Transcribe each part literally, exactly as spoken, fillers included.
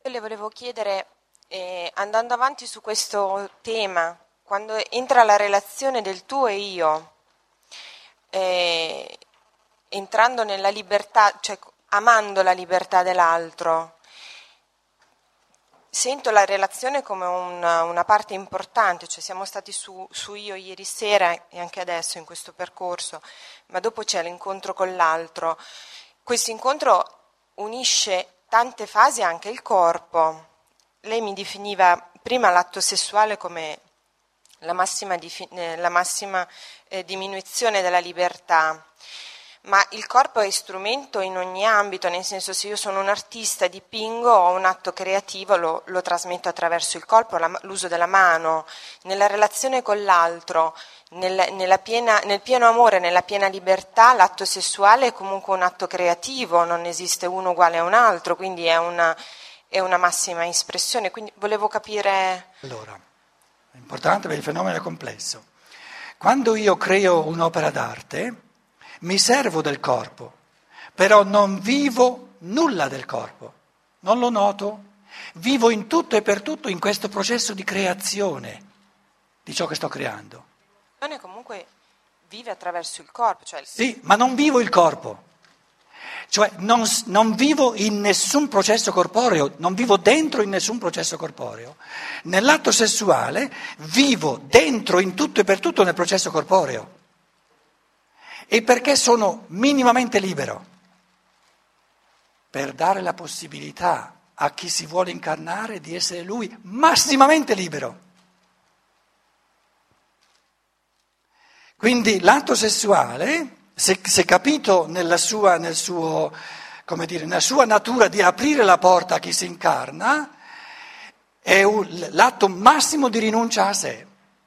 Io le volevo chiedere, eh, andando avanti su questo tema, quando entra la relazione del tu e io, eh, entrando nella libertà, cioè amando la libertà dell'altro, sento la relazione come una, una parte importante, cioè siamo stati su, su io ieri sera e anche adesso in questo percorso, ma dopo c'è l'incontro con l'altro. Questo incontro unisce tante fasi anche il corpo. Lei mi definiva prima l'atto sessuale come la massima, la massima eh, diminuzione della libertà, ma il corpo è strumento in ogni ambito, nel senso, se io sono un artista, dipingo, ho un atto creativo, lo, lo trasmetto attraverso il corpo, la, l'uso della mano, nella relazione con l'altro, nel, nella piena, nel pieno amore, nella piena libertà, l'atto sessuale è comunque un atto creativo, non esiste uno uguale a un altro, quindi è una, è una massima espressione. Quindi volevo capire... Allora, è importante perché il fenomeno è complesso. Quando io creo un'opera d'arte, mi servo del corpo, però non vivo nulla del corpo, non lo noto, vivo in tutto e per tutto in questo processo di creazione di ciò che sto creando. Comunque vive attraverso il corpo, cioè il... Sì, ma non vivo il corpo, cioè non, non vivo in nessun processo corporeo, non vivo dentro in nessun processo corporeo. Nell'atto sessuale vivo dentro in tutto e per tutto nel processo corporeo. E perché sono minimamente libero? Per dare la possibilità a chi si vuole incarnare di essere lui massimamente libero. Quindi l'atto sessuale, se, se capito nella sua, nel suo, come dire, nella sua natura di aprire la porta a chi si incarna, è un, l'atto massimo di rinuncia a sé.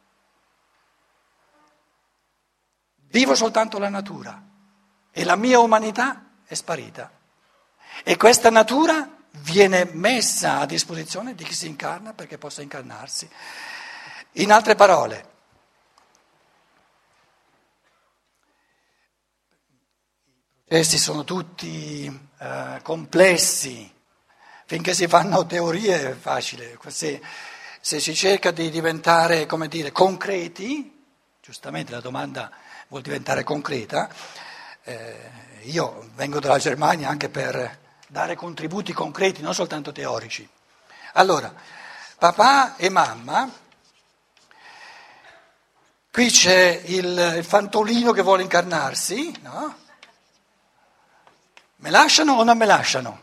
Vivo soltanto la natura e la mia umanità è sparita. E questa natura viene messa a disposizione di chi si incarna perché possa incarnarsi. In altre parole, i processi sono tutti eh, complessi, finché si fanno teorie è facile, se, se si cerca di diventare, come dire, concreti, giustamente la domanda vuol diventare concreta, eh, io vengo dalla Germania anche per dare contributi concreti, non soltanto teorici. Allora, papà e mamma, qui c'è il, il fantolino che vuole incarnarsi, no? Me lasciano o non me lasciano?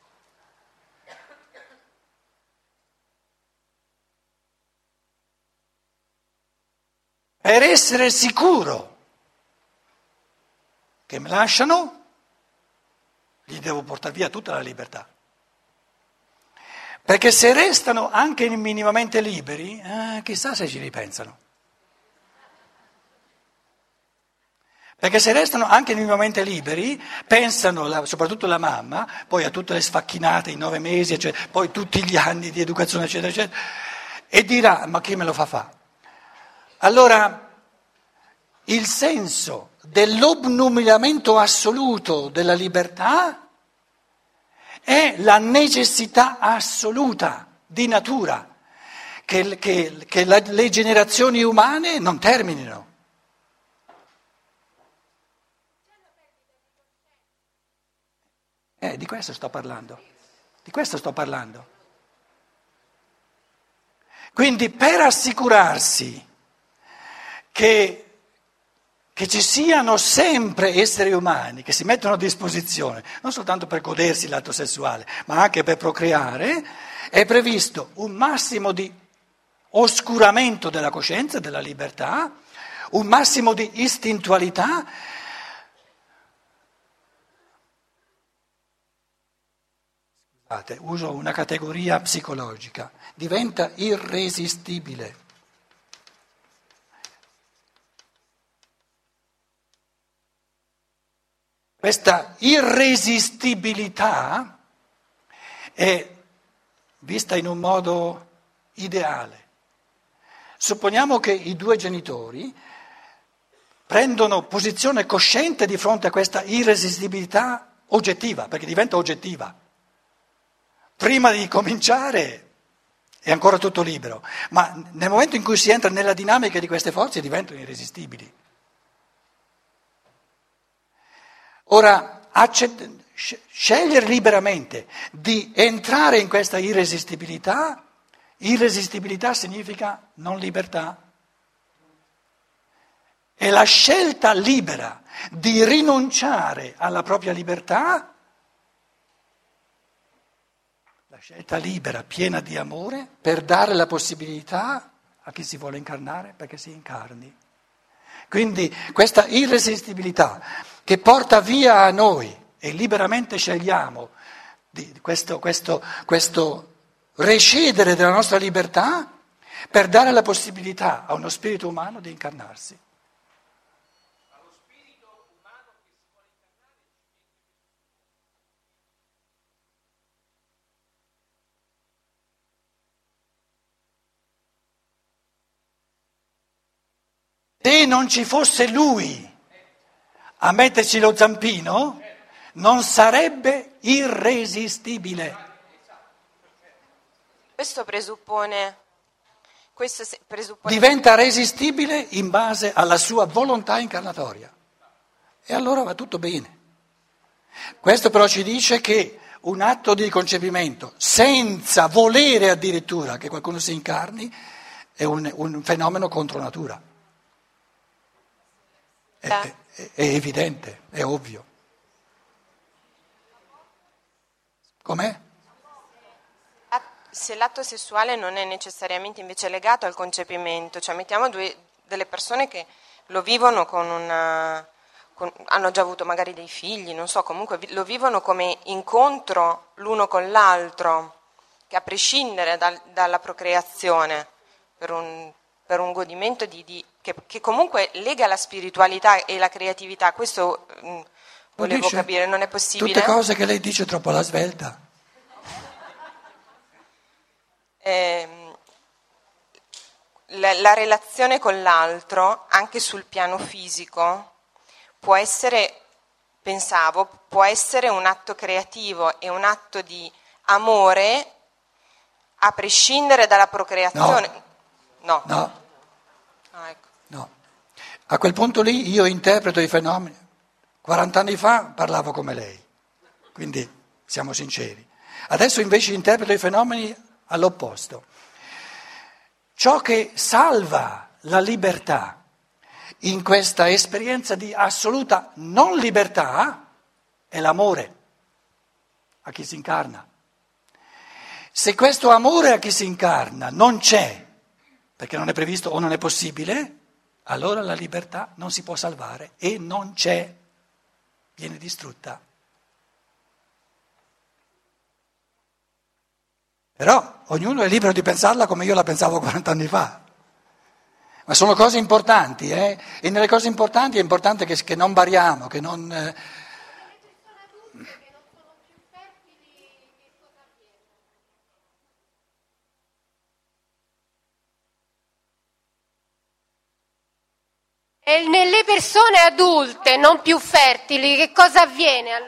Per essere sicuro che mi lasciano, gli devo portare via tutta la libertà. Perché se restano anche minimamente liberi, eh, chissà se ci ripensano. Perché se restano anche minimamente liberi, pensano, la, soprattutto la mamma, poi a tutte le sfacchinate, i nove mesi, eccetera, poi tutti gli anni di educazione, eccetera, eccetera, e dirà, ma chi me lo fa fare? Allora, il senso dell'obnubilamento assoluto della libertà è la necessità assoluta di natura, che, che, che la, le generazioni umane non terminino. Eh, di questo sto parlando, di questo sto parlando. Quindi per assicurarsi che che ci siano sempre esseri umani che si mettono a disposizione, non soltanto per godersi l'atto sessuale, ma anche per procreare, è previsto un massimo di oscuramento della coscienza, della libertà, un massimo di istintualità. Scusate, uso una categoria psicologica, diventa irresistibile. Questa irresistibilità è vista in un modo ideale. Supponiamo che i due genitori prendono posizione cosciente di fronte a questa irresistibilità oggettiva, perché diventa oggettiva. prima di cominciare è ancora tutto libero, ma nel momento in cui si entra nella dinamica di queste forze diventano irresistibili. Ora, accett- scegliere liberamente di entrare in questa irresistibilità, irresistibilità significa non libertà. È la scelta libera di rinunciare alla propria libertà, la scelta libera, piena di amore, per dare la possibilità a chi si vuole incarnare perché si incarni. Quindi questa irresistibilità che porta via a noi e liberamente scegliamo di questo, questo, questo recedere della nostra libertà per dare la possibilità a uno spirito umano di incarnarsi. Se non ci fosse lui a metterci lo zampino, non sarebbe irresistibile. Questo presuppone, questo presuppone... Diventa resistibile in base alla sua volontà incarnatoria. E allora va tutto bene. Questo però ci dice che un atto di concepimento, senza volere addirittura che qualcuno si incarni, è un, un fenomeno contro natura. È, è, è evidente, è ovvio. Com'è? Se l'atto sessuale non è necessariamente invece legato al concepimento, cioè mettiamo due, delle persone che lo vivono con una, con, hanno già avuto magari dei figli, non so, comunque lo vivono come incontro l'uno con l'altro, che a prescindere dal, dalla procreazione, per un, per un godimento di, di, che, che comunque lega la spiritualità e la creatività, questo mh, volevo dice, capire, non è possibile? Tutte cose che lei dice troppo alla svelta. Eh, la, la relazione con l'altro, anche sul piano fisico, può essere, pensavo, può essere un atto creativo e un atto di amore a prescindere dalla procreazione. No. No. No. Ah, ecco. No. A quel punto lì io interpreto i fenomeni. quaranta anni fa parlavo come lei, quindi siamo sinceri. Adesso invece interpreto i fenomeni all'opposto. Ciò che salva la libertà in questa esperienza di assoluta non libertà è l'amore a chi si incarna. Se questo amore a chi si incarna non c'è, perché non è previsto o non è possibile, allora la libertà non si può salvare e non c'è, viene distrutta. Però ognuno è libero di pensarla come io la pensavo quaranta anni fa. Ma sono cose importanti, eh? E nelle cose importanti è importante che, che non bariamo, che non... Eh... E nelle persone adulte non più fertili, che cosa avviene allora?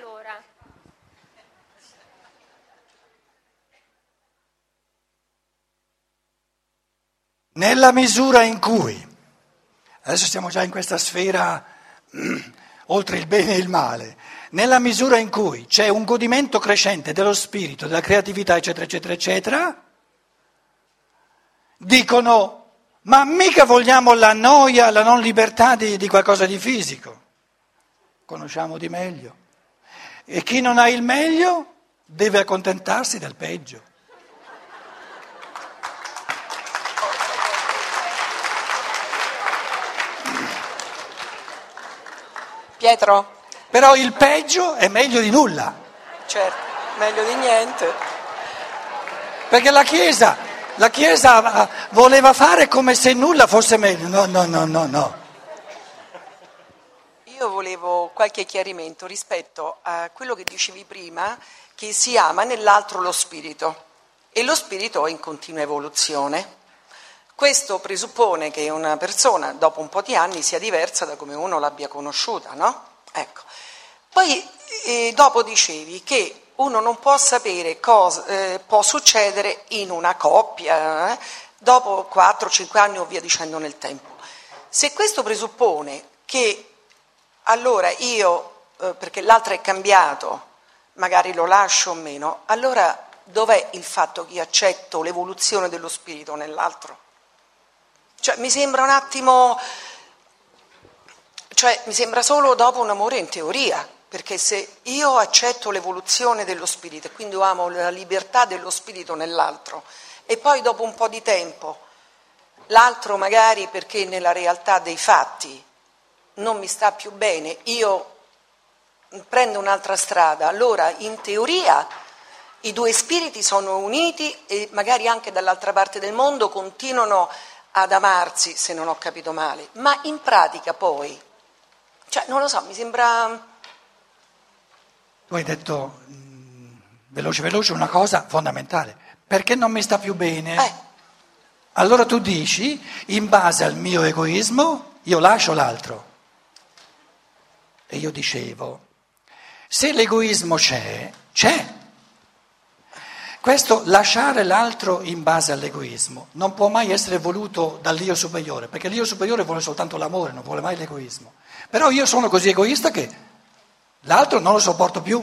Nella misura in cui, adesso siamo già in questa sfera oltre il bene e il male, nella misura in cui c'è un godimento crescente dello spirito, della creatività, eccetera, eccetera, eccetera, dicono, ma mica vogliamo la noia, la non libertà di, di qualcosa di fisico. Conosciamo di meglio. E chi non ha il meglio deve accontentarsi del peggio. Pietro? Però il peggio è meglio di nulla. Certo, meglio di niente. Perché la Chiesa, la Chiesa voleva fare come se nulla fosse meglio. No, no, no, no, no. Io volevo qualche chiarimento rispetto a quello che dicevi prima, che si ama nell'altro lo spirito e lo spirito è in continua evoluzione. Questo presuppone che una persona dopo un po' di anni sia diversa da come uno l'abbia conosciuta, no? Ecco. Poi eh, dopo dicevi che uno non può sapere cosa eh, può succedere in una coppia eh, dopo quattro cinque anni o via dicendo nel tempo. Se questo presuppone che allora io, eh, perché l'altro è cambiato, magari lo lascio o meno, allora dov'è il fatto che io accetto l'evoluzione dello spirito nell'altro? Cioè mi sembra un attimo, cioè mi sembra solo dopo un amore in teoria, perché se io accetto l'evoluzione dello spirito e quindi amo la libertà dello spirito nell'altro e poi dopo un po' di tempo l'altro magari perché nella realtà dei fatti non mi sta più bene, io prendo un'altra strada, allora in teoria i due spiriti sono uniti e magari anche dall'altra parte del mondo continuano ad amarsi, se non ho capito male, ma in pratica poi, cioè non lo so, mi sembra... Tu hai detto mh, veloce veloce una cosa fondamentale, perché non mi sta più bene? Eh. Allora tu dici, in base al mio egoismo, io lascio l'altro. E io dicevo, se l'egoismo c'è, c'è. Questo lasciare l'altro in base all'egoismo non può mai essere voluto dall'io superiore, perché l'io superiore vuole soltanto l'amore, non vuole mai l'egoismo. Però io sono così egoista che l'altro non lo sopporto più.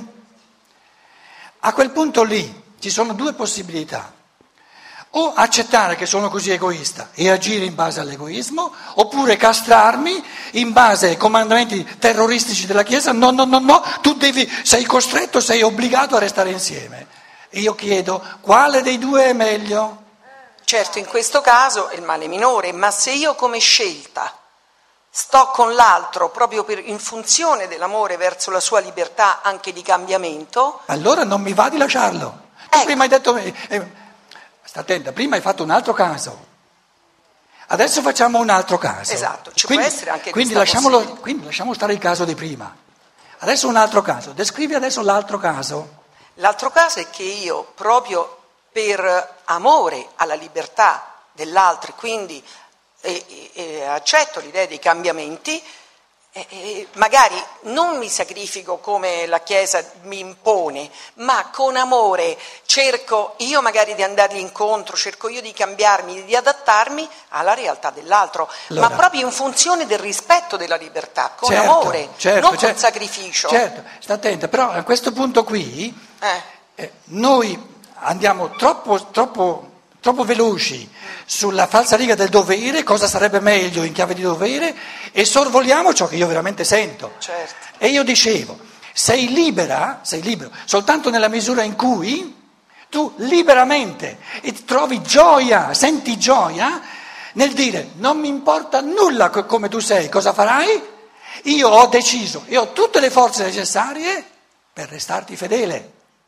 A quel punto lì ci sono due possibilità. O accettare che sono così egoista e agire in base all'egoismo, oppure castrarmi in base ai comandamenti terroristici della Chiesa. No, no, no, no, tu devi, sei costretto, sei obbligato a restare insieme. E io chiedo, quale dei due è meglio? Certo, in questo caso è il male minore, ma se io come scelta sto con l'altro proprio per, in funzione dell'amore verso la sua libertà anche di cambiamento... Allora non mi va di lasciarlo. Tu Ecco. prima hai detto... Eh, eh, sta attenta, prima hai fatto un altro caso. Adesso facciamo un altro caso. Esatto, ci quindi, può essere anche quindi questa lasciamolo, possibilità. quindi lasciamo stare il caso di prima. Adesso un altro caso. Descrivi adesso l'altro caso. L'altro caso è che io, proprio per amore alla libertà dell'altro, e quindi e, e, e accetto l'idea dei cambiamenti, e, e magari non mi sacrifico come la Chiesa mi impone, ma con amore cerco io magari di andargli incontro, cerco io di cambiarmi, di adattarmi alla realtà dell'altro, Allora, ma proprio in funzione del rispetto della libertà, con certo, amore, certo, non certo, con sacrificio. Certo, sta attenta, però a questo punto qui Eh. eh, noi andiamo troppo, troppo, troppo veloci sulla falsariga del dovere, cosa sarebbe meglio in chiave di dovere, e sorvoliamo ciò che io veramente sento. Certo. E io dicevo, sei libera, sei libero, soltanto nella misura in cui tu liberamente e trovi gioia, senti gioia nel dire non mi importa nulla co- come tu sei, cosa farai? Io ho deciso e ho tutte le forze necessarie per restarti fedele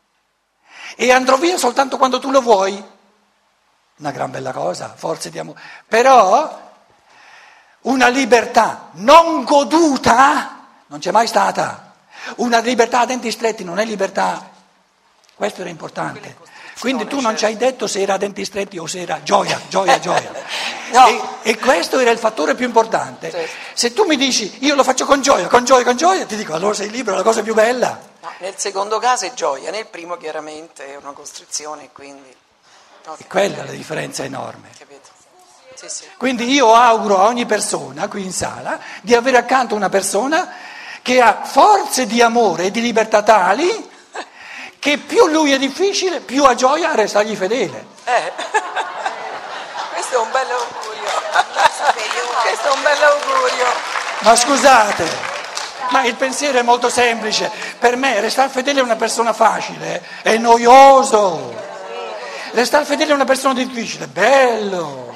e andrò via soltanto quando tu lo vuoi. Una gran bella cosa, forze di amore. Però una libertà non goduta non c'è mai stata. Una libertà a denti stretti non è libertà. Questo era importante. Quindi tu non ci hai detto se era a denti stretti o se era gioia, gioia, gioia. No. E, e questo era il fattore più importante. Certo. Se tu mi dici io lo faccio con gioia, con gioia, con gioia, ti dico allora sei libero, è la cosa più bella. No, nel secondo caso è gioia, nel primo chiaramente è una costrizione, quindi... E quella è la differenza enorme. Capito? Sì, sì. Quindi io auguro a ogni persona qui in sala di avere accanto una persona che ha forze di amore e di libertà tali che più lui è difficile, più ha gioia a restargli fedele. Eh. Questo è un bel augurio. Questo è un bel augurio. Ma scusate, ma il pensiero è molto semplice. Per me restare fedele a una persona facile è noioso. Restare fedele a una persona difficile è bello.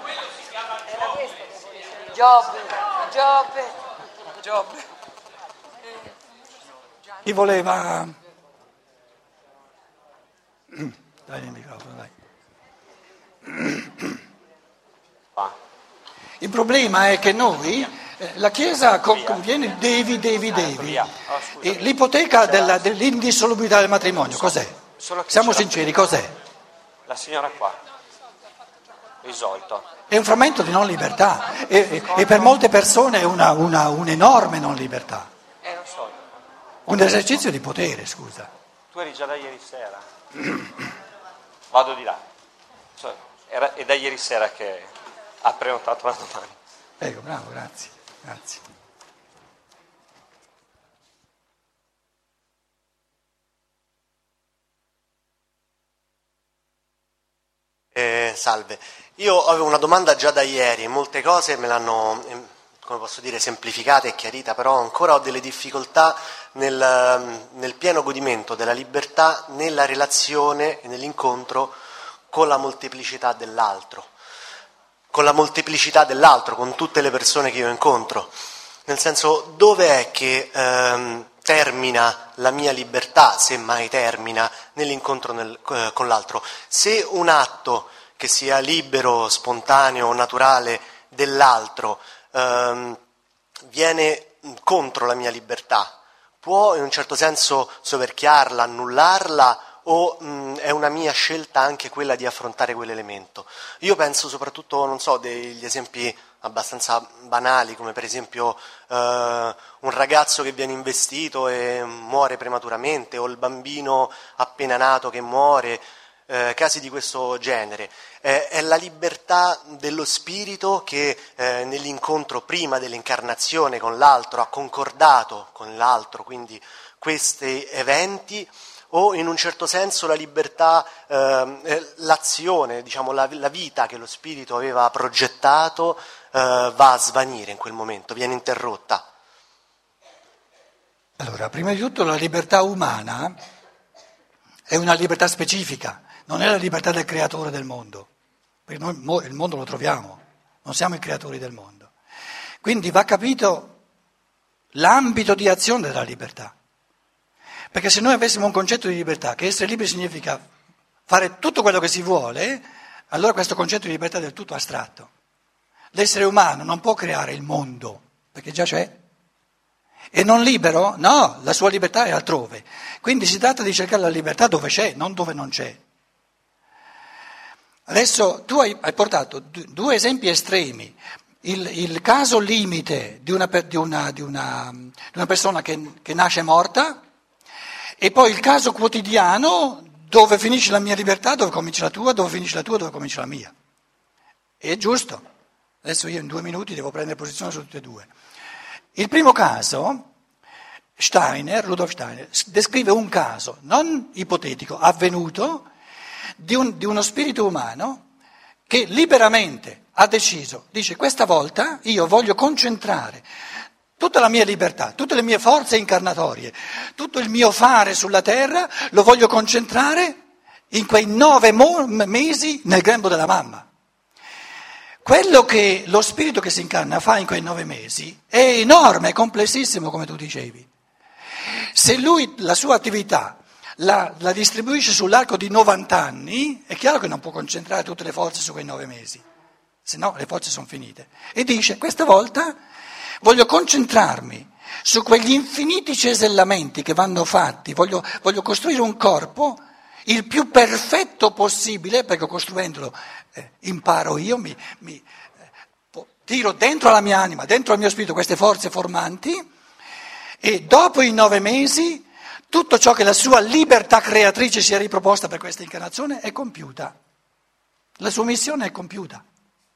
Giobbe, Giobbe, Giobbe. Chi voleva? Dai il microfono, dai. Il problema è che noi, eh, la Chiesa co- conviene devi, devi, devi. E l'ipoteca della, dell'indissolubilità del matrimonio, cos'è? Siamo sinceri, cos'è? La signora qua, risolto. È un frammento di non libertà e, e- e per molte persone è una, una, un'enorme non libertà, Eh, non so. un esercizio di potere, scusa. Tu eri già da ieri sera. Vado di là. Cioè, era, è da ieri sera che ha prenotato la domanda. Prego, bravo, grazie, grazie. Eh, salve, io avevo una domanda già da ieri, molte cose me l'hanno, eh, come posso dire, semplificata e chiarita, però ancora ho delle difficoltà nel, nel pieno godimento della libertà nella relazione e nell'incontro con la molteplicità dell'altro, con la molteplicità dell'altro, con tutte le persone che io incontro, nel senso dove è che ehm, termina la mia libertà, se mai termina, nell'incontro nel, eh, con l'altro. Se un atto che sia libero, spontaneo, naturale dell'altro ehm, viene contro la mia libertà, può in un certo senso soverchiarla, annullarla, o mh, è una mia scelta anche quella di affrontare quell'elemento? Io penso soprattutto, non so, degli esempi abbastanza banali, come per esempio eh, un ragazzo che viene investito e muore prematuramente, o il bambino appena nato che muore, eh, casi di questo genere. Eh, è la libertà dello spirito che eh, nell'incontro prima dell'incarnazione con l'altro ha concordato con l'altro, quindi questi eventi, o in un certo senso la libertà, eh, l'azione, diciamo la, la vita che lo spirito aveva progettato eh, va a svanire in quel momento, viene interrotta. Allora, prima di tutto la libertà umana è una libertà specifica, non è la libertà del creatore del mondo, perché noi il mondo lo troviamo, non siamo i creatori del mondo. Quindi va capito l'ambito di azione della libertà. Perché se noi avessimo un concetto di libertà, che essere liberi significa fare tutto quello che si vuole, allora questo concetto di libertà è del tutto astratto. L'essere umano non può creare il mondo, perché già c'è. E non libero? No, la sua libertà è altrove. Quindi si tratta di cercare la libertà dove c'è, non dove non c'è. Adesso tu hai, hai portato due esempi estremi. Il, il caso limite di una, di una, di una, di una persona che, che nasce morta, e poi il caso quotidiano dove finisce la mia libertà, dove comincia la tua, dove finisce la tua, dove comincia la mia. È giusto. Adesso io in due minuti devo prendere posizione su tutte e due. Il primo caso, Steiner, Rudolf Steiner, descrive un caso non ipotetico, avvenuto, di, un, di uno spirito umano che liberamente ha deciso, dice questa volta io voglio concentrare tutta la mia libertà, tutte le mie forze incarnatorie, tutto il mio fare sulla terra lo voglio concentrare in quei nove mo- mesi nel grembo della mamma. Quello che lo spirito che si incarna fa in quei nove mesi è enorme, è complessissimo, come tu dicevi. Se lui la sua attività la, la distribuisce sull'arco di novanta anni, è chiaro che non può concentrare tutte le forze su quei nove mesi, se no le forze sono finite. E dice, questa volta voglio concentrarmi su quegli infiniti cesellamenti che vanno fatti, voglio, voglio costruire un corpo il più perfetto possibile, perché costruendolo eh, imparo io, mi, mi eh, tiro dentro la mia anima, dentro il mio spirito queste forze formanti, e dopo i nove mesi tutto ciò che la sua libertà creatrice si è riproposta per questa incarnazione è compiuta, la sua missione è compiuta.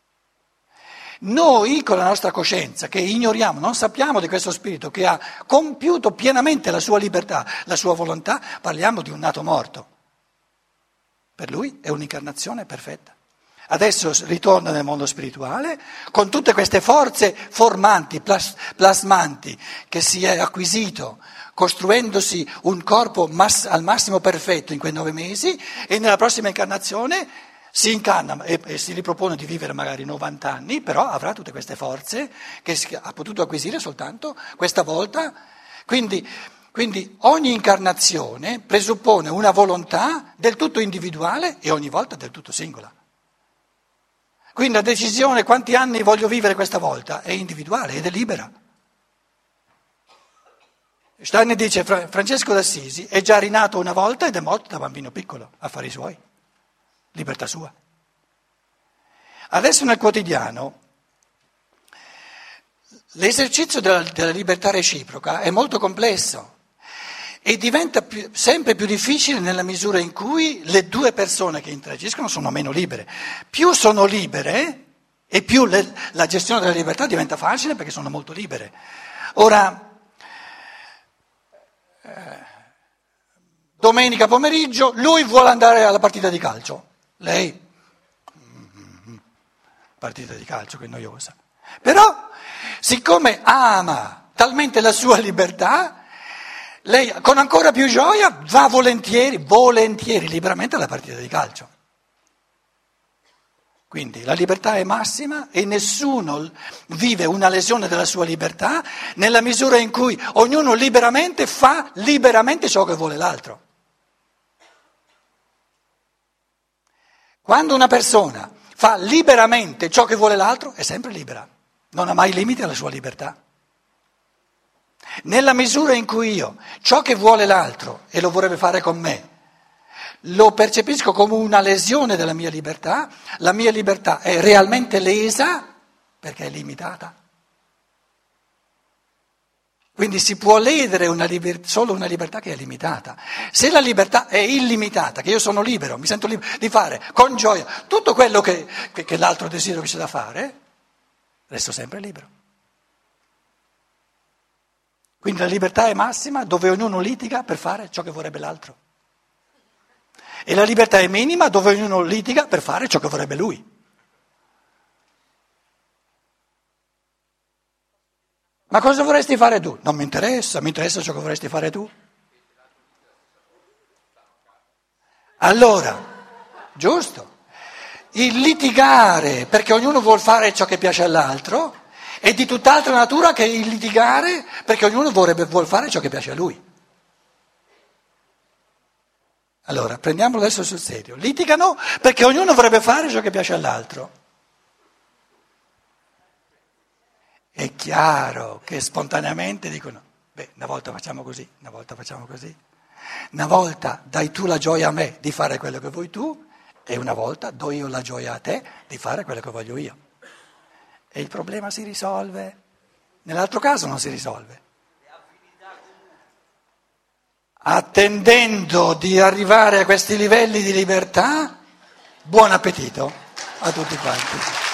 Noi con la nostra coscienza che ignoriamo, non sappiamo di questo spirito che ha compiuto pienamente la sua libertà, la sua volontà, parliamo di un nato morto. Per lui è un'incarnazione perfetta. Adesso ritorna nel mondo spirituale con tutte queste forze formanti, plas- plasmanti che si è acquisito, costruendosi un corpo mass- al massimo perfetto in quei nove mesi, e nella prossima incarnazione si incarna e, e si ripropone di vivere magari novanta anni, però avrà tutte queste forze che si, ha potuto acquisire soltanto questa volta. Quindi, quindi ogni incarnazione presuppone una volontà del tutto individuale e ogni volta del tutto singola. Quindi la decisione quanti anni voglio vivere questa volta è individuale ed è libera. Steiner dice Francesco d'Assisi è già rinato una volta ed è morto da bambino piccolo, affari suoi, libertà sua. Adesso nel quotidiano l'esercizio della, della libertà reciproca è molto complesso e diventa più, sempre più difficile nella misura in cui le due persone che interagiscono sono meno libere. Più sono libere e più le, la gestione della libertà diventa facile perché sono molto libere. Ora, eh, domenica pomeriggio lui vuole andare alla partita di calcio, lei partita di calcio che noiosa, però siccome ama talmente la sua libertà, lei con ancora più gioia va volentieri, volentieri, liberamente alla partita di calcio. Quindi la libertà è massima e nessuno vive una lesione della sua libertà nella misura in cui ognuno liberamente fa liberamente ciò che vuole l'altro. Quando una persona fa liberamente ciò che vuole l'altro, è sempre libera, non ha mai limiti alla sua libertà. Nella misura in cui io ciò che vuole l'altro e lo vorrebbe fare con me, lo percepisco come una lesione della mia libertà, la mia libertà è realmente lesa perché è limitata. Quindi si può ledere una liber- solo una libertà che è limitata. Se la libertà è illimitata, che io sono libero, mi sento libero di fare con gioia tutto quello che, che, che l'altro desidero che c'è da fare, resto sempre libero. Quindi la libertà è massima dove ognuno litiga per fare ciò che vorrebbe l'altro. E la libertà è minima dove ognuno litiga per fare ciò che vorrebbe lui. Ma cosa vorresti fare tu? Non mi interessa, mi interessa ciò che vorresti fare tu. Allora, giusto, il litigare perché ognuno vuol fare ciò che piace all'altro è di tutt'altra natura che il litigare perché ognuno vorrebbe, vuol fare ciò che piace a lui. Allora, prendiamolo adesso sul serio. Litigano perché ognuno vorrebbe fare ciò che piace all'altro. È chiaro che spontaneamente dicono, beh, una volta facciamo così, una volta facciamo così, una volta dai tu la gioia a me di fare quello che vuoi tu e una volta do io la gioia a te di fare quello che voglio io. E il problema si risolve. Nell'altro caso non si risolve. Attendendo di arrivare a questi livelli di libertà, buon appetito a tutti quanti.